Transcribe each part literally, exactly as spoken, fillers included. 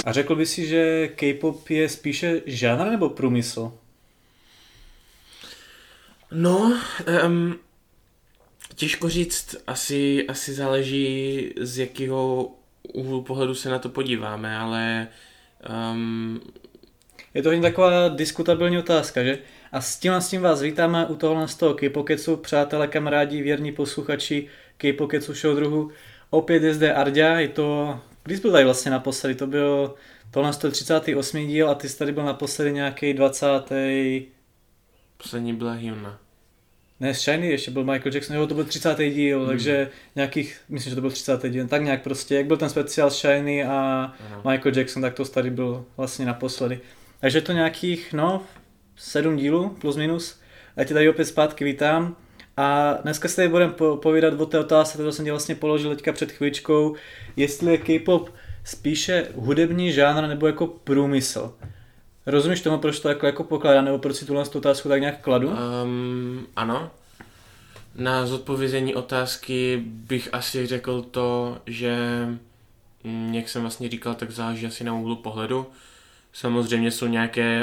A řekl by si, že K-pop je spíše žánr nebo průmysl? No, um, těžko říct, asi, asi záleží, z jakého úhlu pohledu se na to podíváme, ale um, je to jen taková diskutabilní otázka, že? A s tím, s tím vás vítáme u tohohle z toho K-Pokecu, přátelé, kamarádi, věrní posluchači K-Pokecu showdruhu. Opět je zde Arďa, je to, když byl tady vlastně naposledy, to byl tohle třicátý osmý díl a ty jsi tady byl naposledy nějaký dvacátý Poslední byla Hyuna. Ne, z Shiny ještě byl Michael Jackson, jo, to byl třicátý díl, hmm. takže nějakých, myslím, že to byl třicátý díl, tak nějak prostě, jak byl ten speciál Shiny a ano. Michael Jackson, tak to tady byl vlastně naposledy. Takže to nějakých, no, sedm dílů, plus minus, a tě tady opět zpátky vítám. A dneska se tady budeme povídat o té otázce, kterou jsem tě vlastně položil teďka před chvíličkou, jestli je K-pop spíše hudební žánr nebo jako průmysl. Rozumíš tomu, proč to jako, jako pokládám, nebo proč si tuhle otázku tak nějak kladu? Um, ano. Na zodpovězení otázky bych asi řekl to, že jak jsem vlastně říkal, tak záleží asi na úhlu pohledu. Samozřejmě jsou nějaké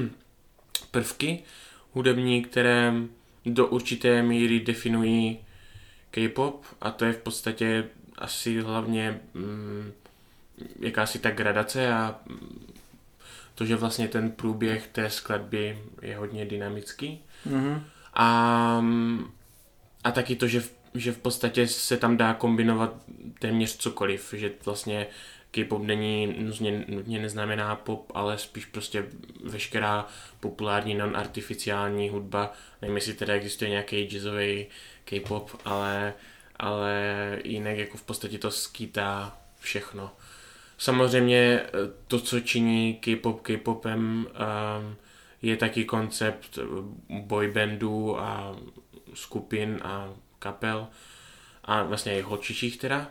prvky hudební, které do určité míry definují K-pop a to je v podstatě asi hlavně mm, jakási ta gradace a to, že vlastně ten průběh té skladby je hodně dynamický. Mm-hmm. A, a taky to, že v, že v podstatě se tam dá kombinovat téměř cokoliv, že vlastně K-pop není nutně, nutně neznamená pop, ale spíš prostě veškerá populární non-artificiální hudba. Nevím, jestli teda existuje nějaký jazzový K-pop, ale, ale jinak jako v podstatě to skýtá všechno. Samozřejmě to, co činí K-pop K-popem, um, je taky koncept boybandů a skupin a kapel a vlastně i holčičích teda.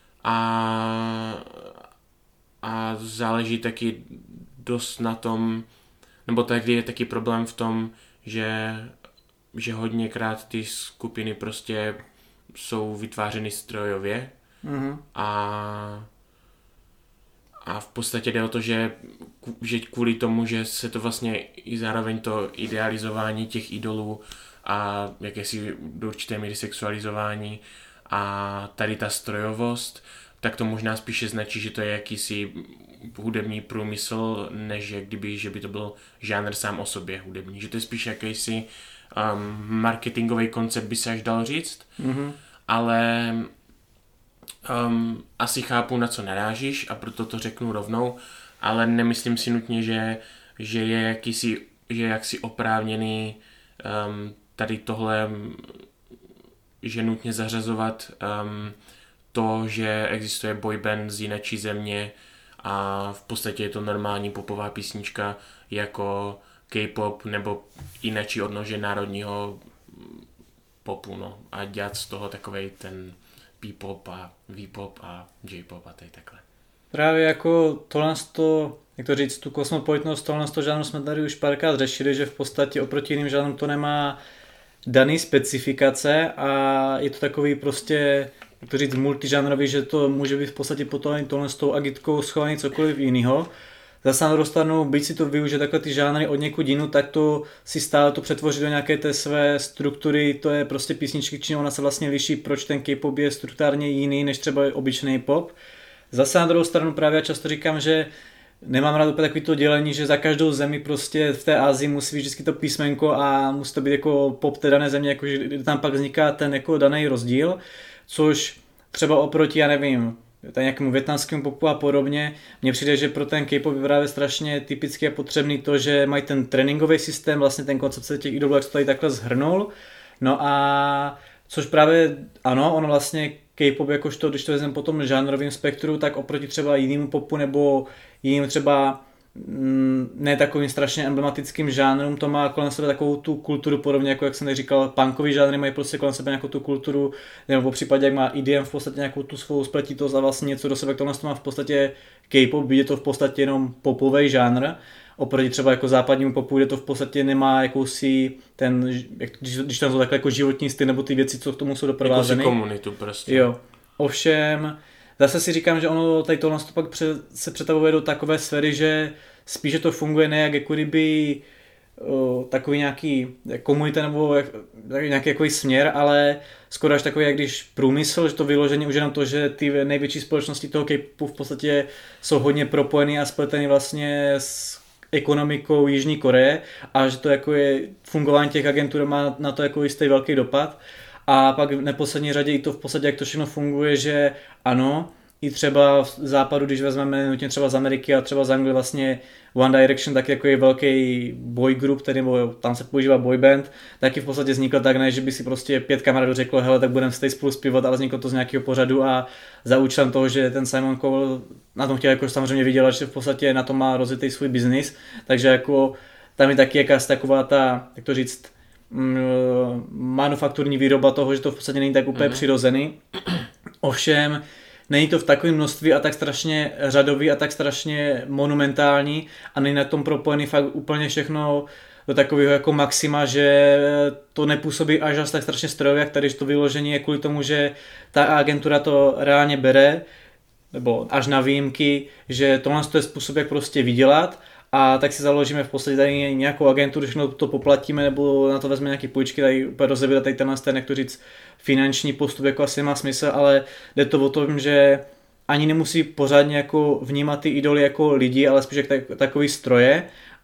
A, a záleží taky dost na tom, nebo taky je taky problém v tom, že, že hodněkrát ty skupiny prostě jsou vytvářeny strojově mm-hmm. a A v podstatě jde o to, že, že kvůli tomu, že se to vlastně i zároveň to idealizování těch idolů a jakési do určité míry sexualizování a tady ta strojovost, tak to možná spíše značí, že to je jakýsi hudební průmysl, než jak kdyby, že by to byl žánr sám o sobě hudební. Že to je spíš jakýsi um, marketingový koncept, by se až dal říct, mm-hmm. ale Um, asi chápu, na co narážíš a proto to řeknu rovnou, ale nemyslím si nutně, že, že je jakýsi, že je jaksi oprávněný um, tady tohle, že nutně zařazovat um, to, že existuje boyband z jiné země a v podstatě je to normální popová písnička jako K-pop nebo jináčí odnože národního popu, no, a dělat z toho takovej ten P-pop a V-pop a J-pop a tady takhle. Právě jako tohle to, jak to říct, tu kosmopolitnost tohle toho žánru jsme tady už párkrát řešili, že v podstatě oproti jiným žánrům to nemá daný specifikace a je to takový prostě, jak to říct, multižánrový, že to může být v podstatě potom tohle s tou agitkou schovaný cokoliv jiného. Zase na druhou stranu, byť si to využije takhle ty žánry od někud jinu, tak to si stále to přetvoří do nějaké té své struktury, to je prostě písničky, či ona se vlastně liší, proč ten K-pop je strukturálně jiný než třeba obyčejný pop. Zase na druhou stranu právě já často říkám, že nemám rád úplně takový to dělení, že za každou zemi prostě v té Asii musí být vždycky to písmenko a musí to být jako pop té dané země, jakože tam pak vzniká ten jako daný rozdíl, což třeba oproti, já nevím, tak nějakému vietnamskému popu a podobně. Mně přijde, že pro ten K-pop je právě strašně typicky a potřebný to, že mají ten tréninkový systém, vlastně ten koncept těch idolů, jak to tady takhle zhrnul. No a což právě, ano, ono vlastně K-pop, jakožto, když to vezmeme po tom žánrovém spektru, tak oproti třeba jinému popu nebo jiným třeba ne takovým strašně emblematickým žánrům, to má kolem sebe takovou tu kulturu, podobně jako jak jsem říkal, punkový žánry mají prostě kolem sebe nějakou tu kulturu, nebo v případě jak má E D M v podstatě nějakou tu svou spletitost a vlastně něco do sebe, tohle má v podstatě K-pop, je to v podstatě jenom popový žánr, oproti třeba jako západnímu popu, kde to v podstatě nemá jakousi ten, jak, když, když tam jsou takhle jako životní styl nebo ty věci, co k tomu jsou doprovázeny. Jakousi komunitu prostě. Jo, ovšem zase si říkám, že ono tady tohle pak se přetavuje do takové sféry, že spíše to funguje ne jak jako kdyby o, takový nějaký komunita nebo jak, nějaký jako směr, ale skoro až takový, jak když průmysl, že to vyložení už jenom to, že ty největší společnosti toho K-popu v podstatě jsou hodně propojený a spleteny vlastně s ekonomikou Jižní Koreje a že to jako je fungování těch agentur má na to jako jistý velký dopad. A pak v neposlední řadě i to v podstatě, jak to všechno funguje, že ano, i třeba v západu, když vezmeme nutně třeba z Ameriky a třeba z Anglie vlastně One Direction, tak jako je velký boy group, tedy tam se používá boy band, taky v podstatě vzniklo tak, ne, že by si prostě pět kamarádů řeklo, hele, tak budeme stay spolu zpívat, ale vzniklo to z nějakého pořadu a za účelem toho, že ten Simon Cowell na tom chtěl jako samozřejmě vydělat, že v podstatě na tom má rozjetý svůj biznis, takže jako tam je taky jakási taková ta, jak to říct, manufakturní výroba toho, že to v podstatě není tak úplně mm. přirozený. Ovšem, není to v takovém množství a tak strašně řadový a tak strašně monumentální a není na tom propojený fakt úplně všechno do takového jako maxima, že to nepůsobí až až tak strašně strojově, jak tady, že to vyložení je kvůli tomu, že ta agentura to reálně bere, nebo až na výjimky, že tohle je způsob, jak prostě vydělat. A tak si založíme v podstatě tady nějakou agenturu, všechno to poplatíme nebo na to vezme nějaké půjčky, tady úplně rozebírat tady tenhle ten, jak to říct, finanční postup jako asi má smysl, ale jde to o tom, že ani nemusí pořádně jako vnímat ty idoly jako lidi, ale spíš jak takový stroje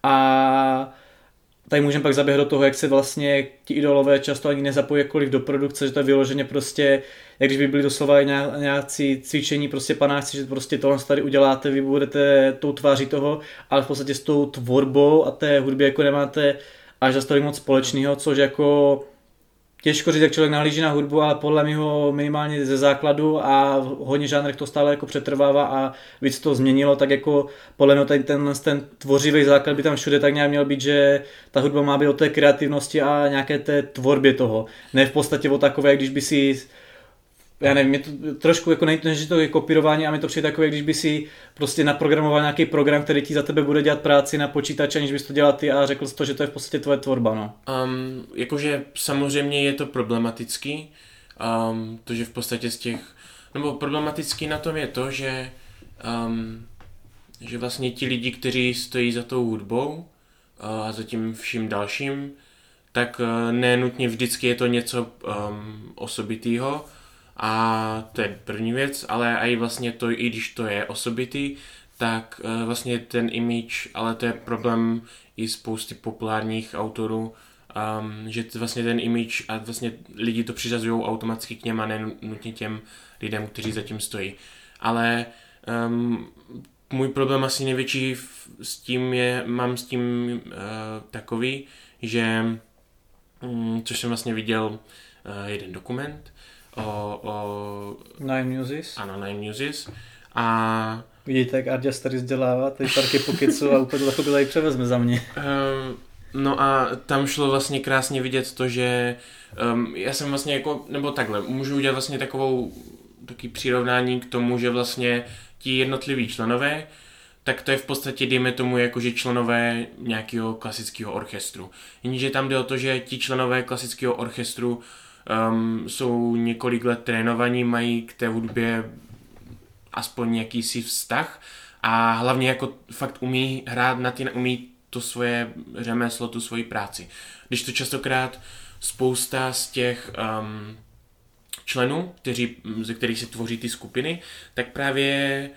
a tady můžeme pak zaběhnout do toho, jak se vlastně ti idolové často ani nezapojí jakkoliv do produkce, že to je vyloženě prostě, jak když by byli doslova nějací cvičení prostě panáci, že prostě tohle tady uděláte, vy budete tou tváří toho, ale v podstatě s tou tvorbou a té hudbě jako nemáte až za tolik moc společného, což jako těžko říct, jak člověk nahlíží na hudbu, ale podle mého minimálně ze základu a v hodně žánrech to stále jako přetrvává a víc to změnilo, tak jako podle mě ten, ten, ten tvořivý základ by tam všude tak nějak měl být, že ta hudba má být o té kreativnosti a nějaké té tvorbě toho. Ne v podstatě o takové, když by si, já nevím, je to trošku jako nejde, že to je kopírování a mi to přijde takové, když by si prostě naprogramoval nějaký program, který ti za tebe bude dělat práci na počítači, aniž bys to dělal ty a řekl jsi to, že to je v podstatě tvoje tvorba, no. Um, jakože samozřejmě je to problematický, um, to, že v podstatě z těch, nebo problematický na tom je to, že um, že vlastně ti lidi, kteří stojí za tou hudbou a za tím vším dalším, tak uh, nenutně vždycky je to něco um, osobitýho. A to je první věc, ale i vlastně to, i když to je osobitý, tak uh, vlastně ten image, ale to je problém i spousty populárních autorů, um, že t- vlastně ten image a vlastně lidi to přiřazují automaticky k něm a ne nutně těm lidem, kteří zatím stojí. Ale um, můj problém asi největší s tím je, mám s tím uh, takový, že, um, což jsem vlastně viděl uh, jeden dokument, O, o... Nine Muses. Ano, Nine Muses. A... Vidíte, jak Arďas tady vzdělává, tady parky pokycu a úplně to tady převezme za mě. Um, no a tam šlo vlastně krásně vidět to, že um, já jsem vlastně jako, nebo takhle, můžu udělat vlastně takovou, taký přirovnání k tomu, že vlastně ti jednotliví členové, tak to je v podstatě, dejme tomu, jakože členové nějakého klasického orchestru. Jenomže tam jde o to, že ti členové klasického orchestru Um, jsou několik let trénovaní, mají k té hudbě aspoň jakýsi vztah a hlavně jako fakt umí hrát na ty, umí to svoje řemeslo, tu svoji práci. Když to častokrát spousta z těch um, členů, kteří, ze kterých se tvoří ty skupiny, tak právě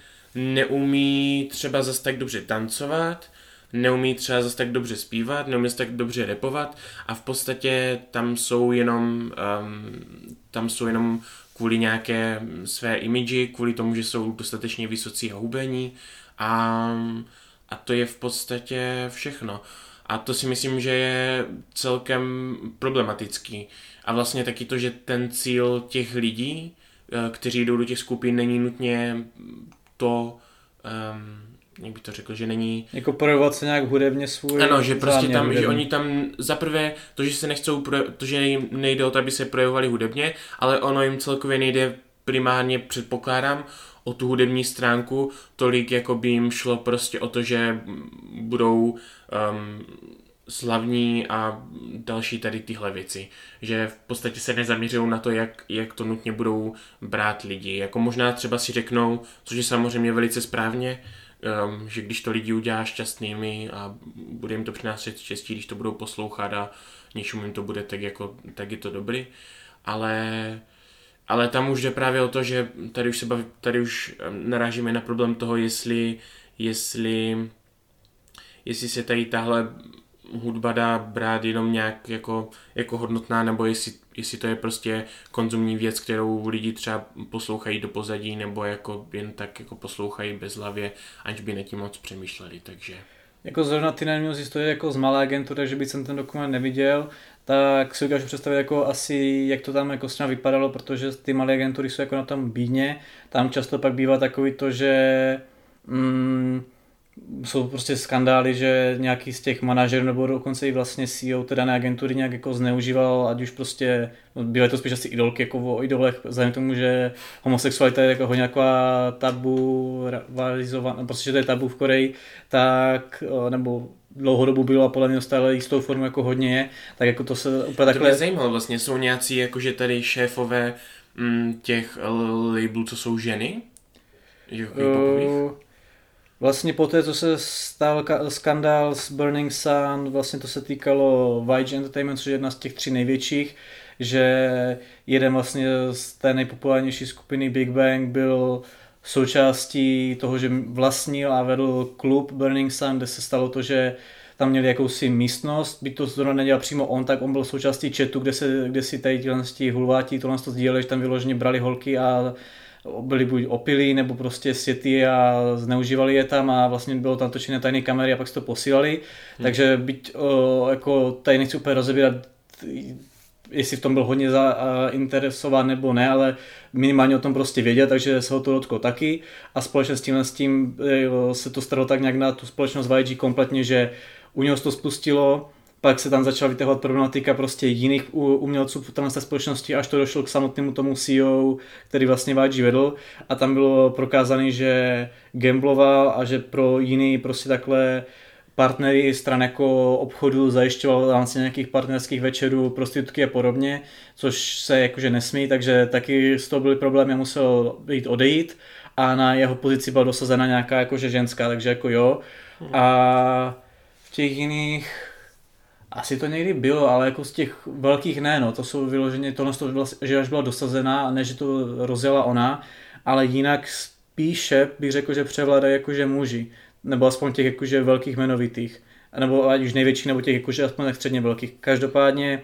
neumí třeba zas tak dobře tancovat, neumí třeba zase tak dobře zpívat, neumí zase tak dobře rapovat a v podstatě tam jsou jenom um, tam jsou jenom kvůli nějaké své imidži, kvůli tomu, že jsou dostatečně vysocí a hubení a, a to je v podstatě všechno. A to si myslím, že je celkem problematický. A vlastně taky to, že ten cíl těch lidí, kteří jdou do těch skupin, není nutně to um, jak bych to řekl, že není... Jako projevovat se nějak hudebně svůj... Ano, že prostě tam, hudebně. Že oni tam zaprvé, to, že se nechcou, to, že jim nejde o to, aby se projevovali hudebně, ale ono jim celkově nejde primárně, předpokládám, o tu hudební stránku, tolik jako by jim šlo prostě o to, že budou um, slavní a další tady tyhle věci. Že v podstatě se nezaměřují na to, jak, jak to nutně budou brát lidi. Jako možná třeba si řeknou, což je samozřejmě velice správně, um, že když to lidi udělá šťastnými a bude jim to přinášet štěstí, když to budou poslouchat a něčemu jim to bude, tak, jako, tak je to dobrý. Ale, ale tam už jde právě o to, že tady už, se baví, tady už narážíme na problém toho, jestli, jestli, jestli se tady tahle hudba dá brát jenom nějak jako, jako hodnotná, nebo jestli, jestli to je prostě konzumní věc, kterou lidi třeba poslouchají do pozadí, nebo jako jen tak jako poslouchají bez hlavě, aniž by nad tím moc přemýšleli, takže... Jako zrovna ty Nine Music to je jako z malé agentury, že by jsem ten dokument neviděl, tak si ukážu představit jako asi, jak to tam jako s námi vypadalo, protože ty malé agentury jsou jako na tom bídně, tam často pak bývá takový to, že mm, jsou prostě skandály, že nějaký z těch manažerů nebo dokonce i vlastně C E O té dané agentury nějak jako zneužíval, ať už prostě, no, bývají to spíš asi idolky, jako o idolech, vzhledem k tomu, že homosexualita je jako hodně taková tabu, realizovaná, prostě, že to je tabu v Koreji, tak, nebo dlouhodobu bylo a podle mě stále jistou formu jako hodně je, tak jako to se úplně takhle... To mě zajímalo vlastně, jsou nějací jakože tady šéfové m, těch labelů, co jsou ženy? Uh, Vlastně po té, co se stal skandál s Burning Sun, vlastně to se týkalo Y G Entertainment, což je jedna z těch tří největších, že jeden vlastně z té nejpopulárnější skupiny Big Bang byl součástí toho, že vlastnil a vedl klub Burning Sun, kde se stalo to, že tam měli jakousi místnost, byť to zrovna nedělal přímo on, tak on byl součástí chatu, kde, se, kde si tady ti hulváti tohle to sdíleli, že tam vyloženě brali holky a byli buď opilí, nebo prostě světy a zneužívali je tam a vlastně bylo tam točené tajné kamery a pak si to posílali. Hmm. Takže byť o, jako tady nechci úplně rozebírat, jestli v tom byl hodně zainteresován nebo ne, ale minimálně o tom prostě věděl, takže se ho to dotklo taky a společně s tím, s tím se to stalo tak nějak na tu společnost Y G kompletně, že u něho se to spustilo, pak se tam začala vytahovat problematika prostě jiných umělců v té společnosti, až to došlo k samotnému tomu C E O, který vlastně Y G vedl a tam bylo prokázané, že gambloval a že pro jiný prostě takhle partnery stran jako obchodu zajišťoval vlastně nějakých partnerských večerů, prostitutky a podobně, což se jakože nesmí, takže taky z toho byly problémy a musel jít odejít a na jeho pozici byla dosazena nějaká jakože ženská, takže jako jo. A v těch jiných asi to někdy bylo, ale jako z těch velkých ne, no, to jsou vyloženě tohle, že až byla dosazená a ne, že to rozjela ona, ale jinak spíše bych řekl, že převládají jakože muži, nebo aspoň těch jakože velkých jmenovitých, nebo ať už největších, nebo těch jakože aspoň tak středně velkých. Každopádně,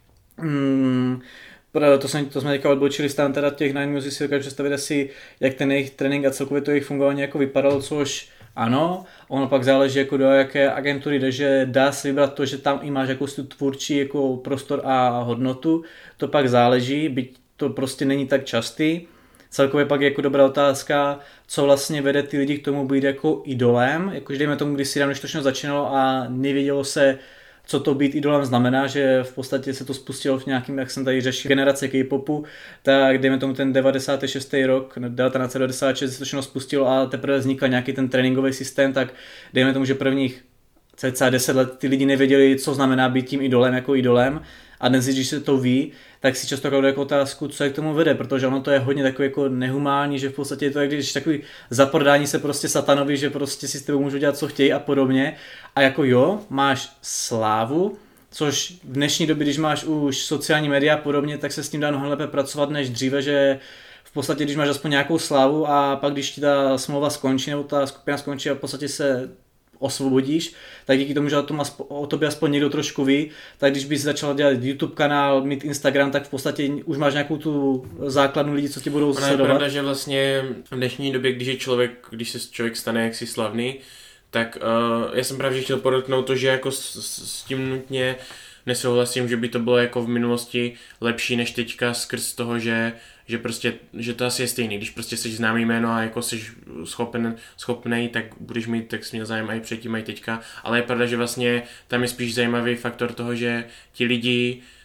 mm, to, jsem, to jsme teďka odbočili stran teda těch Nine Music, si dokážu představit asi, jak ten jejich trénink a celkově to jejich fungování jako vypadalo, což ano, ono pak záleží jako do jaké agentury jde, že dá se vybrat to, že tam i máš jakousi tvůrčí jako prostor a hodnotu, to pak záleží, byť to prostě není tak častý. Celkově pak je jako dobrá otázka, co vlastně vede ty lidi k tomu být jako idolem, jakože dejme tomu, když si dávno to začínalo a nevědělo se, co to být idolem znamená, že v podstatě se to spustilo v nějakým, jak jsem tady řešil, generace K-popu, tak dejme tomu ten devadesátý šestý rok, devatenáct set devadesát šest se to všechno spustilo a teprve vznikl nějaký ten tréninkový systém, tak dejme tomu, že prvních cca deset let ty lidi nevěděli, co znamená být tím idolem jako idolem a dnes, když se to ví, tak si často kladu jako otázku, co je k tomu vede, protože ono to je hodně takový jako nehumální, že v podstatě je to jak když takový zaprodání se prostě satanovi, že prostě si s tebou můžou dělat, co chtějí a podobně. A jako jo, máš slávu, což v dnešní době, když máš už sociální média a podobně, tak se s tím dá mnohem lépe pracovat než dříve, že v podstatě, když máš aspoň nějakou slávu a pak když ti ta smlouva skončí nebo ta skupina skončí a v podstatě se osvobodíš, tak díky tomu, že o, tom aspo, o tobě aspoň někdo trošku ví, tak když bys začal dělat YouTube kanál, mít Instagram, tak v podstatě už máš nějakou tu základnu lidí, co ti budou Ona sledovat. Je pravda, že vlastně v dnešní době, když je člověk, když se člověk stane jaksi slavný, tak uh, já jsem právě chtěl podotknout to, že jako s, s tím nutně nesouhlasím, že by to bylo jako v minulosti lepší než teďka skrz toho, že že prostě, že to asi je stejný, když prostě jsi známý jméno a jako jsi schopen, schopnej, tak budeš mít, tak jsi měl zájem i předtím, i teďka, ale je pravda, že vlastně tam je spíš zajímavý faktor toho, že ti lidi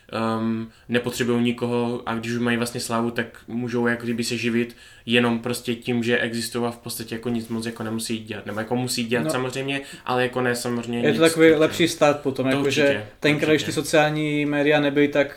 um, nepotřebují nikoho a když už mají vlastně slávu, tak můžou jako kdyby se živit jenom prostě tím, že existují a v podstatě jako nic moc jako nemusí dělat, nebo jako musí dělat no, samozřejmě, ale jako ne samozřejmě je nic. to takový lepší stát potom, jakože tenkrát, když určitě. ty sociální média nebyly tak,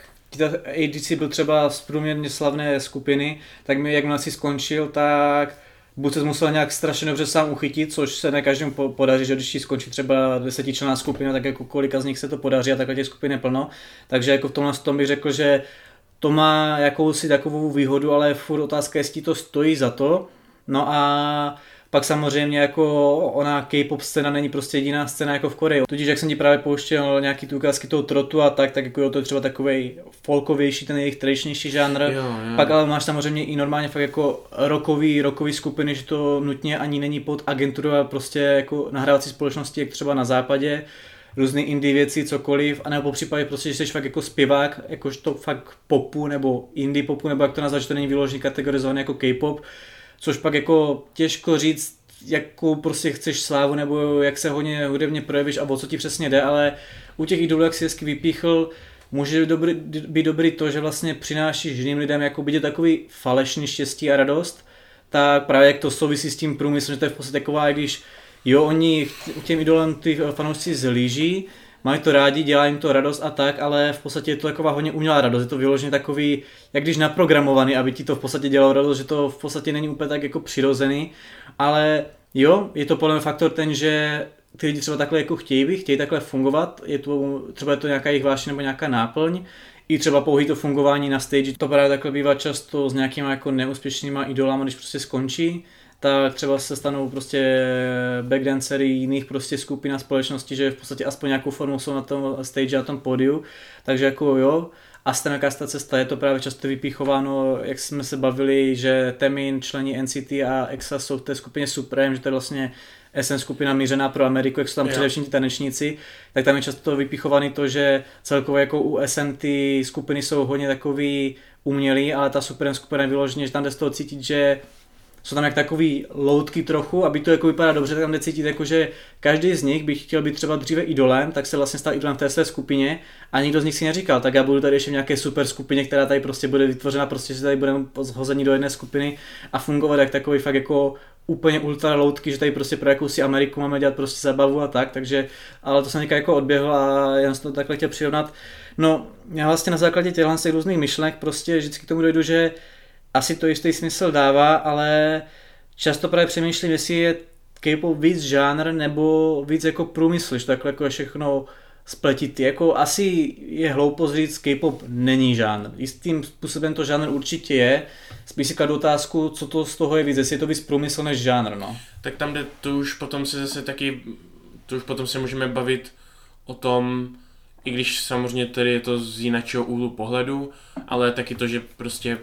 A D C byl třeba z průměrně slavné skupiny, tak mi jakmile si skončil, tak buď se musel nějak strašně dobře sám uchytit, což se ne každému podaří, že když ti skončí třeba desetičlenná skupina, tak jako kolika z nich se to podaří a takhle těch skupin je plno. Takže jako v tomhle tom bych řekl, že to má jakousi takovou výhodu, ale furt otázka, jestli to stojí za to. No a pak samozřejmě jako ona K-pop scéna není prostě jediná scéna jako v Koreji. Tudíž jak jsem ti právě pouštěl nějaký tu ukázky toho trotu a tak, tak jako jo, to je třeba takovej folkovější, ten jejich tradičnější žánr. Jo, jo. Pak ale máš samozřejmě i normálně fakt jako rockový, rockový skupiny, že to nutně ani není pod agenturu a prostě jako nahrávací společnosti, jak třeba na západě. Různý indie věci, cokoliv, anebo po případě prostě, že jsi fakt jako zpěvák, jakožto fakt popu nebo indie popu, nebo jak to nazvat, že to není vyložený kategorizovaný jako K-pop, což pak jako těžko říct, jakou prostě chceš slávu, nebo jak se hodně hudebně projevíš a o co ti přesně jde, ale u těch idolů, jak si hezky vypíchl, může být dobrý, být dobrý to, že vlastně přinášíš jiným lidem jako být takový falešný štěstí a radost, tak právě jak to souvisí s tím průmyslem, že to je v podstatě taková, když jo, oni těm idolem ty fanoušci zlíží, mají to rádi, dělá jim to radost a tak, ale v podstatě je to taková hodně umělá radost, je to vyloženě takový, jak když naprogramovaný, aby ti to v podstatě dělalo radost, že to v podstatě není úplně tak jako přirozený, ale jo, je to podle mě faktor ten, že ty lidi třeba takhle jako chtějí, chtějí takhle fungovat, je to, třeba je to nějaká jejich vášeň nebo nějaká náplň, i třeba pouhý to fungování na stage, to právě takhle bývá často s nějakýma jako neúspěšnýma idolama, když prostě skončí, tak třeba se stanou prostě backdancery jiných prostě skupin a společnosti, že v podstatě aspoň nějakou formou jsou na tom stage a na tom pódiu, takže jako jo, a nějaká ta cesta je to právě často vypíchováno, jak jsme se bavili, že Temin, členi N C T a E X A jsou v té skupině Supreme, že to je vlastně S N skupina mířená pro Ameriku, jak jsou tam yeah. především ti tanečníci, tak tam je často vypíchovaný to, že celkově jako u S N ty skupiny jsou hodně takový umělý, ale ta Supreme skupina je vyloženě, že tam jde z toho cítit, že jsou tam jak takový loutky trochu, aby to jako vypadá dobře, tak tam jde cítit, jako, že každý z nich by chtěl být třeba dříve idolem, tak se vlastně stal idolem v té své skupině a nikdo z nich si neříkal, tak já budu tady ještě v nějaké super skupině, která tady prostě bude vytvořena, prostě že tady budeme zhození do jedné skupiny a fungovat jak takový fakt jako úplně ultra loutky, že tady prostě pro jakousi Ameriku máme dělat prostě zabavu a tak, takže, ale to jsem někde jako odběhl a já jsem to takhle chtěl přirovnat. No, já vlastně na základě těchto různých myšlenek prostě vždycky k tomu dojdu, že asi to jistý smysl dává, ale často právě přemýšlím, jestli je K-pop víc žánr nebo víc jako průmysl, že takhle jako je všechno spletitý. Jako asi je hloupost říct, K-pop není žánr. Jistým způsobem to žánr určitě je. Spíš si kladu otázku, co to z toho je víc, jestli je to víc průmysl než žánr, no. Tak tam jde, to už potom se zase taky, to už potom se můžeme bavit o tom, i když samozřejmě tady je to z jiného úhlu pohledu, ale taky to, že prostě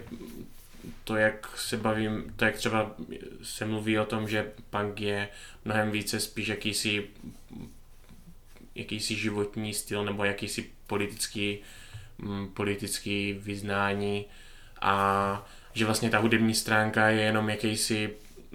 to, jak se bavím, to, jak třeba se mluví o tom, že punk je mnohem více spíš jakýsi, jakýsi životní styl nebo jakýsi politický, politický vyznání a že vlastně ta hudební stránka je jenom jakýsi,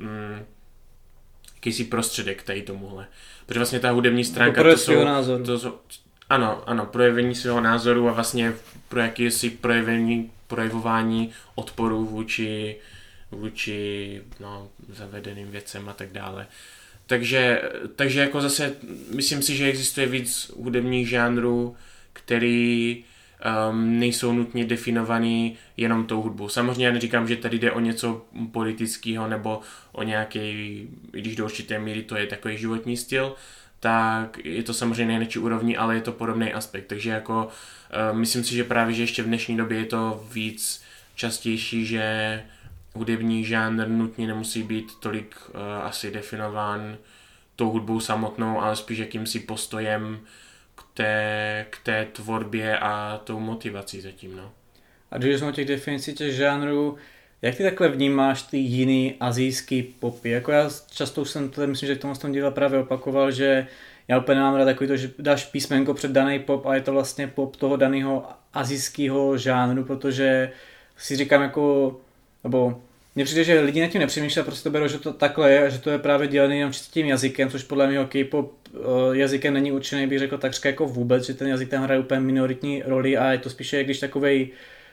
jakýsi prostředek tady tomuhle. Protože vlastně ta hudební stránka to, to jsou... názoru. To jsou ano, ano, projevení svého názoru a vlastně pro jakýsi projevení projevování odporu vůči, vůči no, zavedeným věcem a tak dále. Takže, takže jako zase myslím si, že existuje víc hudebních žánrů, který um, nejsou nutně definovaný jenom tou hudbou. Samozřejmě já neříkám, že tady jde o něco politického nebo o nějaký, když do určité míry to je takový životní styl, tak je to samozřejmě největší úrovni, ale je to podobný aspekt. Takže jako uh, myslím si, že právě, že ještě v dnešní době je to víc častější, že hudební žánr nutně nemusí být tolik uh, asi definován tou hudbou samotnou, ale spíš jakýmsi postojem k té, k té tvorbě a tou motivací zatím, no. A když jsme o těch definicí těch žánrů, jak ty takhle vnímáš ty jiný asijský popy? Jako já často už jsem to, myslím, že k tomu tom díle právě opakoval, že já úplně nemám rád takový to, že dáš písmenko před daný pop a je to vlastně pop toho daného asijského žánru, protože si říkám jako, nebo Mně přijde, že lidi na tím nepřemýšlí, prostě to berou, že to takhle je a že to je právě dělaný jenom čistě tím jazykem, což podle mého K-pop jazykem není určený, bych řekl takřka jako vůbec, že ten jazyk tam hraje úplně minoritní roli a je to spíše když takovej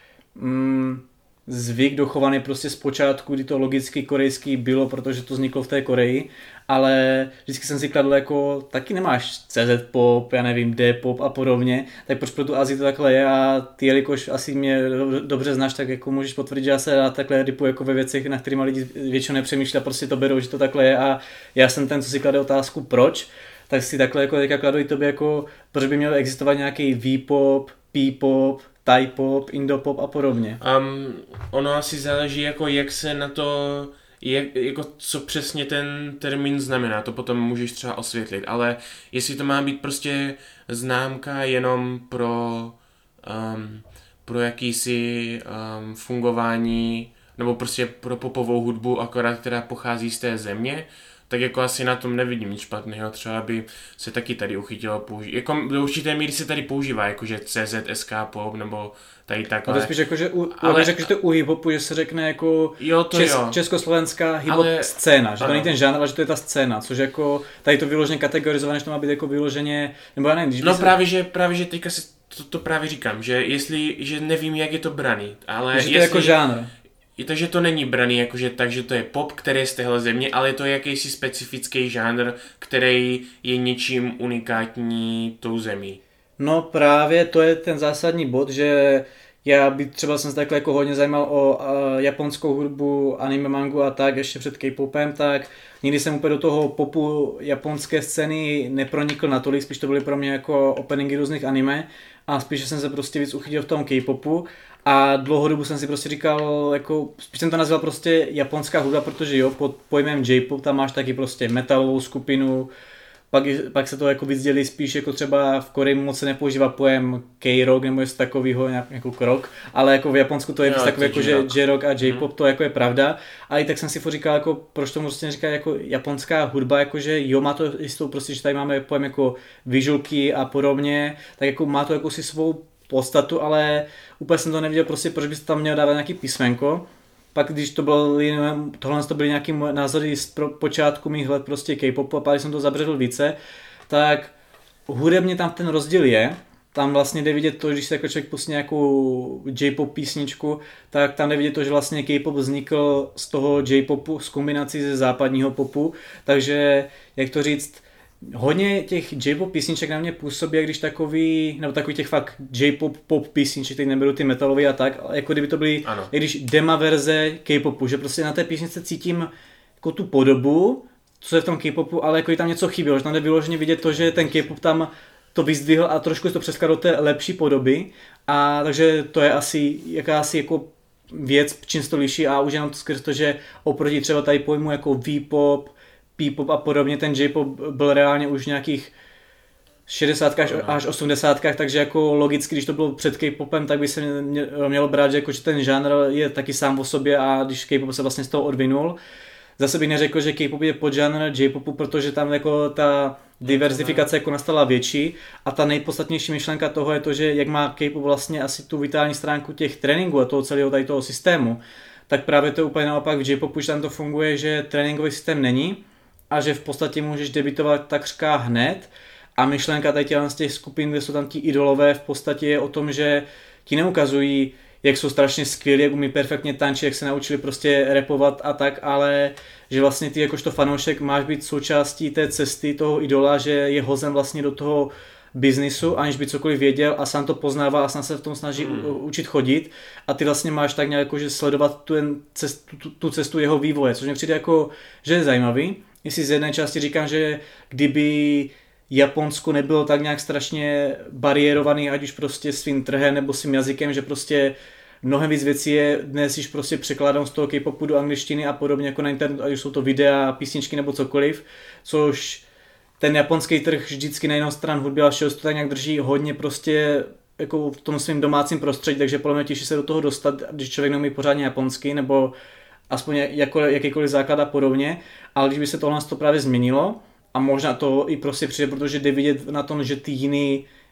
mm, zvyk dochovaný prostě z počátku, kdy to logicky korejský bylo, protože to vzniklo v té Koreji, ale vždycky jsem si kladl jako, taky nemáš C Z pop, já nevím, D-pop a podobně, tak proč pro tu Asii to takhle je a ty, jelikož asi mě dobře znáš, tak jako můžeš potvrdit, že já se rád takhle rypu jako ve věcech, na kterými lidi většinou nepřemýšlí a prostě to berou, že to takhle je a já jsem ten, co si klade otázku proč, tak si takhle jako teďka kladu i tobě jako, proč by měl existovat nějaký V-pop, P-pop, Thai pop, Indopop a podobně. Um, ono asi záleží jako jak se na to, jak, jako co přesně ten termín znamená, to potom můžeš třeba osvětlit, ale jestli to má být prostě známka jenom pro, um, pro jakýsi um, fungování, nebo prostě pro popovou hudbu, akorát která pochází z té země, tak jako asi na tom nevidím nic špatného, třeba by se taky tady uchytilo použít. Jako do určité míry se tady používá, jakože C Z, S K pop, nebo tady takhle. Ale spíš jako, že u, ale řekl, že to u hip-hopu, že se řekne jako jo, to čes, jo. československá hip-hop ale, scéna, že ano. To není ten žánr, ale že to je ta scéna, což jako tady to vyloženě kategorizované, že to má být jako vyloženě, nebo já nevím, když no se... právě, že, právě, že teďka si to, to právě říkám, že jestli, že nevím, jak je to braný, ale že jestli... to je jako žánr. I to, že to není braný jakože tak, že to je pop, který je z téhle země, ale je to jakýsi specifický žánr, který je něčím unikátní tou zemí. No právě to je ten zásadní bod, že já bych třeba jsem se takhle jako hodně zajímal o uh, japonskou hudbu, anime, mangu a tak, ještě před K-popem, tak nikdy jsem úplně do toho popu japonské scény nepronikl natolik, spíš to byly pro mě jako openingy různých anime a spíš jsem se prostě víc uchytil v tom K-popu. A dlouhodobu jsem si prostě říkal, jako, spíš jsem to nazval prostě japonská hudba, protože jo, pod pojmem J-pop tam máš taky prostě metalovou skupinu, pak, pak se to jako víc dělí spíš jako třeba v Koreji moc se nepoužívá pojem K-rock nebo něco takového, nějak, jako krok, ale jako v Japonsku to je víc takové jako, že J-rock a J-pop, to jako je pravda. A i tak jsem si furt říkal, jako, proč tomu prostě říká jako japonská hudba, jakože jo, má to jistou prostě, že tady máme pojem jako visualky a podobně, tak jako má to jako si svou podstatu, ale úplně jsem to neviděl prostě, proč bys tam měl dávat nějaký písmenko. Pak když to bylo, tohle to byly nějaký názory z počátku mých let prostě K-popu a pak když jsem to zabředl více, tak hudebně tam ten rozdíl je. Tam vlastně jde vidět to, když se jako člověk pustí nějakou J-pop písničku, tak tam jde vidět to, že vlastně K-pop vznikl z toho J-popu, z kombinací ze západního popu, takže jak to říct, hodně těch J-pop písniček na mě působí, když takový, nebo takový těch fakt J-pop pop písniček, teď neberu ty metalové a tak, jako kdyby to byly, když dema verze K-popu, že prostě na té písničce cítím jako tu podobu, co je v tom K-popu, ale jako tam něco chybělo, že tam jde vyloženě vidět to, že ten K-pop tam to vyzdvihl a trošku to přeskladl do té lepší podoby, a takže to je asi jakási jako věc, čím se to liší a už jenom to skrz to, že oproti třeba tady pojmu jako V-pop, P-pop a podobně, ten J-pop byl reálně už nějakých šedesátkách až osmdesátkách, takže jako logicky, když to bylo před K-popem, tak by se mělo brát, že, jako, že ten žánr je taky sám o sobě a když K-pop se vlastně z toho odvinul. Zase bych neřekl, že K-pop je podžánr J-popu, protože tam jako ta diverzifikace jako nastala větší a ta nejpodstatnější myšlenka toho je to, že jak má K-pop vlastně asi tu vitální stránku těch tréninků a toho celého tady toho systému, tak právě to je úplně naopak v J-popu, že tam to funguje, že tréninkový systém není a že v podstatě můžeš debitovat takřka hned a myšlenka tady z těch skupin, kde jsou tam ti idolové, v podstatě je o tom, že ti neukazují, jak jsou strašně skvělí, jak umí perfektně tančit, jak se naučili prostě rapovat a tak, ale že vlastně ty jakožto fanoušek máš být součástí té cesty toho idola, že je hozen vlastně do toho biznisu, aniž by cokoliv věděl a sám to poznává a sám se v tom snaží hmm. učit chodit a ty vlastně máš tak nějak jako, že sledovat tu, cestu, tu, tu cestu jeho vývoje, což mi přijde jako, že je zajímavý. Jestli z jedné části říkám, že kdyby Japonsko nebylo tak nějak strašně bariérovaný, ať už prostě svým trhem nebo svým jazykem, že prostě mnohem víc věcí je dnes již prostě překládám z toho K-popu do angličtiny a podobně jako na internetu, ať už jsou to videa, písničky nebo cokoliv, což ten japonský trh vždycky na jinou stranu hudby, ale to tak nějak drží hodně prostě jako v tom svým domácím prostředí, takže podle mě těžší se do toho dostat, když člověk neumí pořádně japonsky nebo aspoň jako, jakýkoliv základ a podobně, ale když by se tohle to právě změnilo a možná to i prostě přijde, protože jde vidět na tom, že ty jiný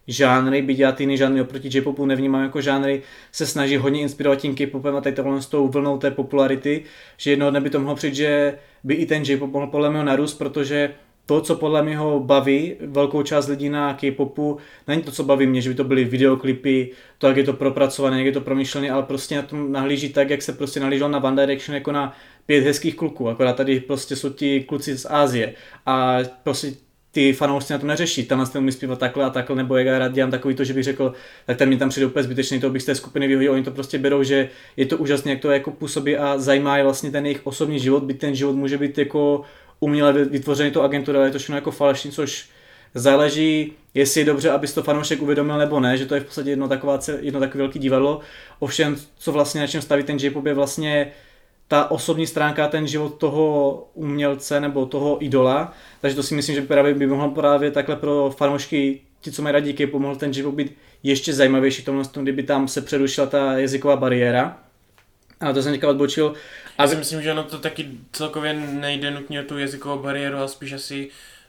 žánry, byť já ty jiný žánry oproti J-popu nevnímám jako žánry, se snaží hodně inspirovat tím K-popem a tady tohle s tou vlnou té popularity, že jednoho dne by to mohlo přijít, že by i ten J-pop mohl podle mě narůst, protože to, co podle mě ho baví velkou část lidí na K-popu, není to, co baví mě, že by to byly videoklipy, to, jak je to propracované, jak je to promyšlené, ale prostě na tom nahlíží tak, jak se prostě nahlížel na One Direction jako na pět hezkých kluků, akorát tady prostě jsou ti kluci z Asie a prostě ty fanoušci na to neřeší, tam ten umí zpívat takhle a takhle, nebo jak já rád dělám takový to, že bych řekl, tak ten mi tam přijde úplně zbytečný, to bych z té skupiny vyhodil, oni to prostě berou, že je to úžasné, jak to jako působí a zajímá je vlastně ten jejich osobní život, byť ten život může být jako uměle vytvořený to agentura, ale je to všechno jako falešný, což záleží, jestli je dobře, aby to fanoušek uvědomil nebo ne, že to je v podstatě jedno, taková, jedno takové velké divadlo. Ovšem, co vlastně na čem staví ten J-pop je vlastně ta osobní stránka, ten život toho umělce nebo toho idola, takže to si myslím, že právě by mohlo právě takhle pro fanoušky, ti, co mají rádi K-pop, mohl ten J-pop být ještě zajímavější v tomhle, kdyby tam se přerušila ta jazyková bariéra. Ale to jsem teďka odbočil. A já si myslím, že ono to taky celkově nejde nutně o tu jazykovou bariéru, ale spíš asi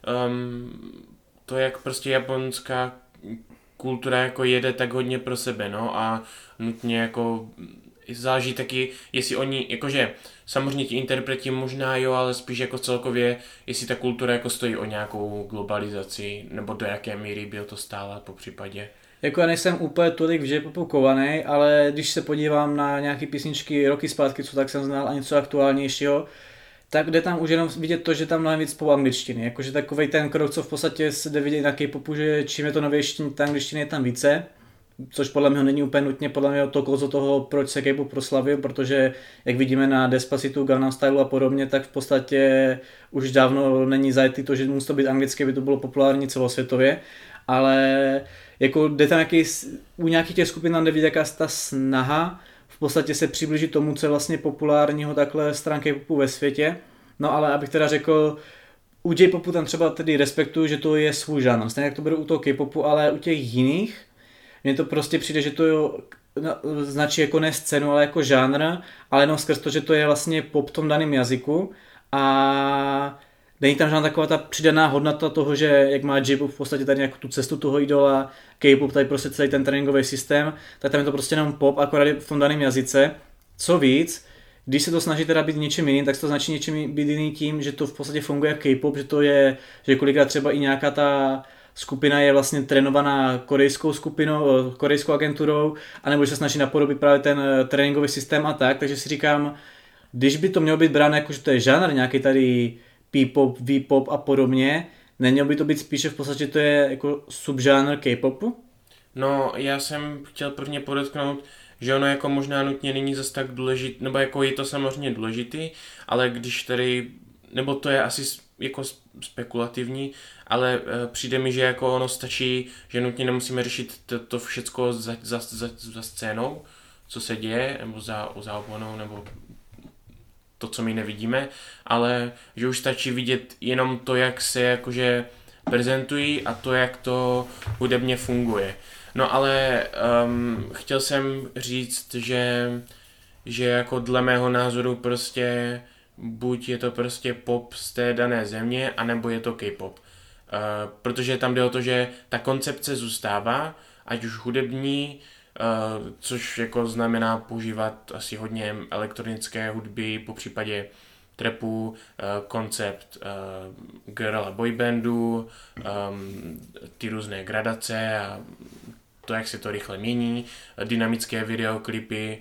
um, to, jak prostě japonská kultura jako jede tak hodně pro sebe, no a nutně jako záleží taky, jestli oni, jakože samozřejmě ti interpreti možná jo, ale spíš jako celkově, jestli ta kultura jako stojí o nějakou globalizaci, nebo do jaké míry by to stála po případě. Jako já nejsem úplně tolik v J-popu kovaný, ale když se podívám na nějaké písničky roky zpátky, co tak jsem znal a něco aktuálnějšího, tak jde tam už jenom vidět to, že tam mnohem víc po angličtiny. Jakože takovej ten krok, co v podstatě se jde vidět na K-popu, že čím je to novější, ta angličtina je tam více, což podle mě není úplně nutně, podle mě to kozo toho, proč se K-pop proslavil, protože jak vidíme na Despacito, Gangnam Style a podobně, tak v podstatě už dávno není zajetý to, že musí to být anglické, by to bylo populární celosvětově, ale jako jde tam nějaký, u nějakých těch skupin tam jde vidět jaká ta snaha v podstatě se přiblížit tomu, co je vlastně populárního takhle stran K-popu ve světě. No ale abych teda řekl, u J-popu tam třeba tedy respektuju, že to je svůj žánr, stejně jak to beru u toho K-popu, ale u těch jiných mně to prostě přijde, že to značí jako ne scénu, ale jako žánr, ale jenom skrz to, že to je vlastně pop v tom daném jazyku a není tam žádná taková ta přidaná hodnota toho, že jak má J-pop v podstatě tady nějakou tu cestu toho idola, K-pop tady prostě celý ten tréninkový systém, tak tam je to prostě jenom pop, akorát v tom daném jazyce. Co víc, když se to snaží teda být něčím jiným, tak se to značí něčím být jiný tím, že to v podstatě funguje jak K-pop, že to je, že kolikrát třeba i nějaká ta skupina je vlastně trénovaná korejskou skupinou, korejskou agenturou, anebo že se snaží napodobit právě ten tréninkový systém a tak, takže si říkám, když by to mělo být bráno jako, že to je žánr, nějaký tady P-pop, V-pop a podobně, nemělo by to být spíše v podstatě, to je jako subžánr K-popu? No, já jsem chtěl prvně podotknout, že ono jako možná nutně není zase tak důležitý, nebo jako je to samozřejmě důležitý, ale když tady, nebo to je asi jako spekulativní, ale e, přijde mi, že jako ono stačí, že nutně nemusíme řešit to, to všecko za, za, za, za scénou, co se děje, nebo za, za oponou, nebo to, co my nevidíme, ale že už stačí vidět jenom to, jak se jakože prezentují a to, jak to hudebně funguje. No ale um, chtěl jsem říct, že, že jako dle mého názoru prostě buď je to prostě pop z té dané země, anebo je to K-pop. Uh, protože tam jde o to, že ta koncepce zůstává, ať už hudební, uh, což jako znamená používat asi hodně elektronické hudby, po případě trapu, uh, koncept uh, girl a boybandu, um, ty různé gradace a to, jak se to rychle mění, dynamické videoklipy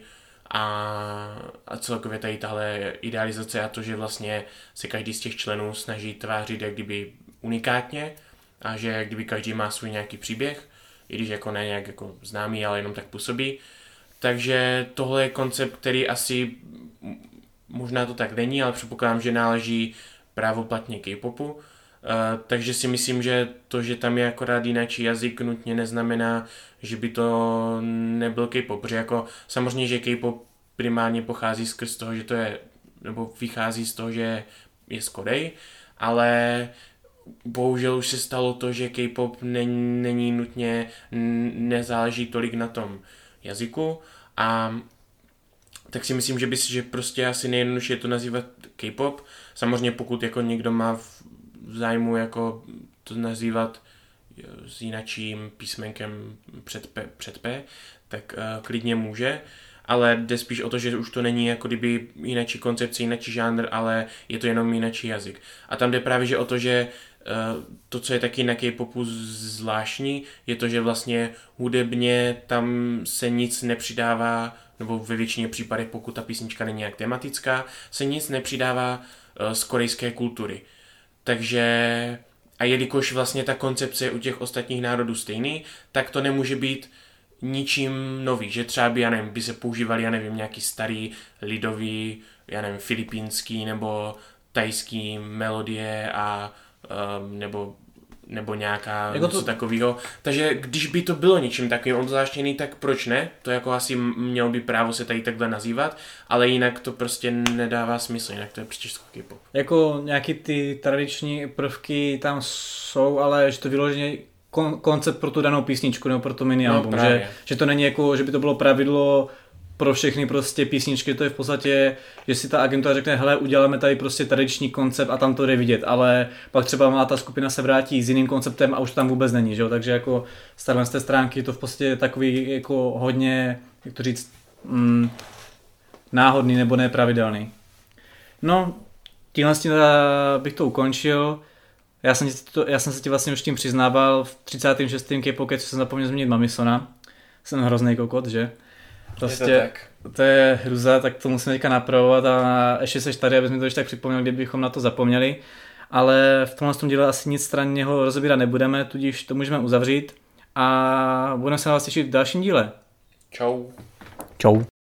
a, a celkově tady tahle idealizace a to, že vlastně se každý z těch členů snaží tvářit jak kdyby unikátně a že jak kdyby každý má svůj nějaký příběh, i když jako ne nějak jako známý, ale jenom tak působí. Takže tohle je koncept, který asi, možná to tak není, ale předpokládám, že náleží právoplatně K-popu. Uh, takže si myslím, že to, že tam je akorát jináčí jazyk, nutně neznamená, že by to nebyl K-pop, protože jako samozřejmě, že K-pop primárně pochází skrz toho, že to je, nebo vychází z toho, že je z Koreji, ale bohužel už se stalo to, že K-pop není, není nutně, nezáleží tolik na tom jazyku a tak si myslím, že by si, že prostě asi nejjednodušší je to nazývat K-pop. Samozřejmě pokud jako někdo má v zájmu jako to nazývat s jinačím písmenkem před P, před P tak uh, klidně může, ale jde spíš o to, že už to není jako kdyby jinačí koncepce, jinačí žánr, ale je to jenom jinačí jazyk. A tam jde právě že o to, že uh, to, co je taky na K-popu zvláštní, je to, že vlastně hudebně tam se nic nepřidává, nebo ve většině případech, pokud ta písnička není nějak tematická, se nic nepřidává uh, z korejské kultury. Takže a jelikož vlastně ta koncepce je u těch ostatních národů stejný, tak to nemůže být ničím nový, že třeba by, já nevím, by se používali, já nevím, nějaký starý lidový, já nevím, filipínský nebo tajský melodie a um, nebo nebo nějaká jako něco to... takového. Takže když by to bylo něčím takovým obzvláštěný, tak proč ne? To jako asi mělo by právo se tady takhle nazývat, ale jinak to prostě nedává smysl, jinak to je prostě K-pop. Jako nějaký ty tradiční prvky tam jsou, ale že to vyloženě kon- koncept pro tu danou písničku nebo pro to mini album, no, že, že to není jako, že by to bylo pravidlo pro všechny prostě písničky, to je v podstatě, že si ta agentura řekne, hele, uděláme tady prostě tradiční koncept a tam to jde vidět, ale pak třeba má ta skupina se vrátí s jiným konceptem a už to tam vůbec není, že jo, takže jako z téhle z té stránky to v podstatě takový jako hodně, jak to říct, mm, náhodný nebo nepravidelný. No, tímhle s tím bych to ukončil. Já jsem, to, já jsem se ti vlastně už tím přiznával v třicátém šestém K-poke, co jsem zapomněl změnit Mamisona. Jsem hrozný kokot, že? Prostě, je to, tak. to je hruza, tak to musíme teďka napravovat a ještě seš tady, abys mi to ještě tak připomněl, kdybychom na to zapomněli. Ale v tomhle tom díle asi nic stranného rozebírat nebudeme, tudíž to můžeme uzavřít a budeme se na vás těšit v dalším díle. Čau. Čau.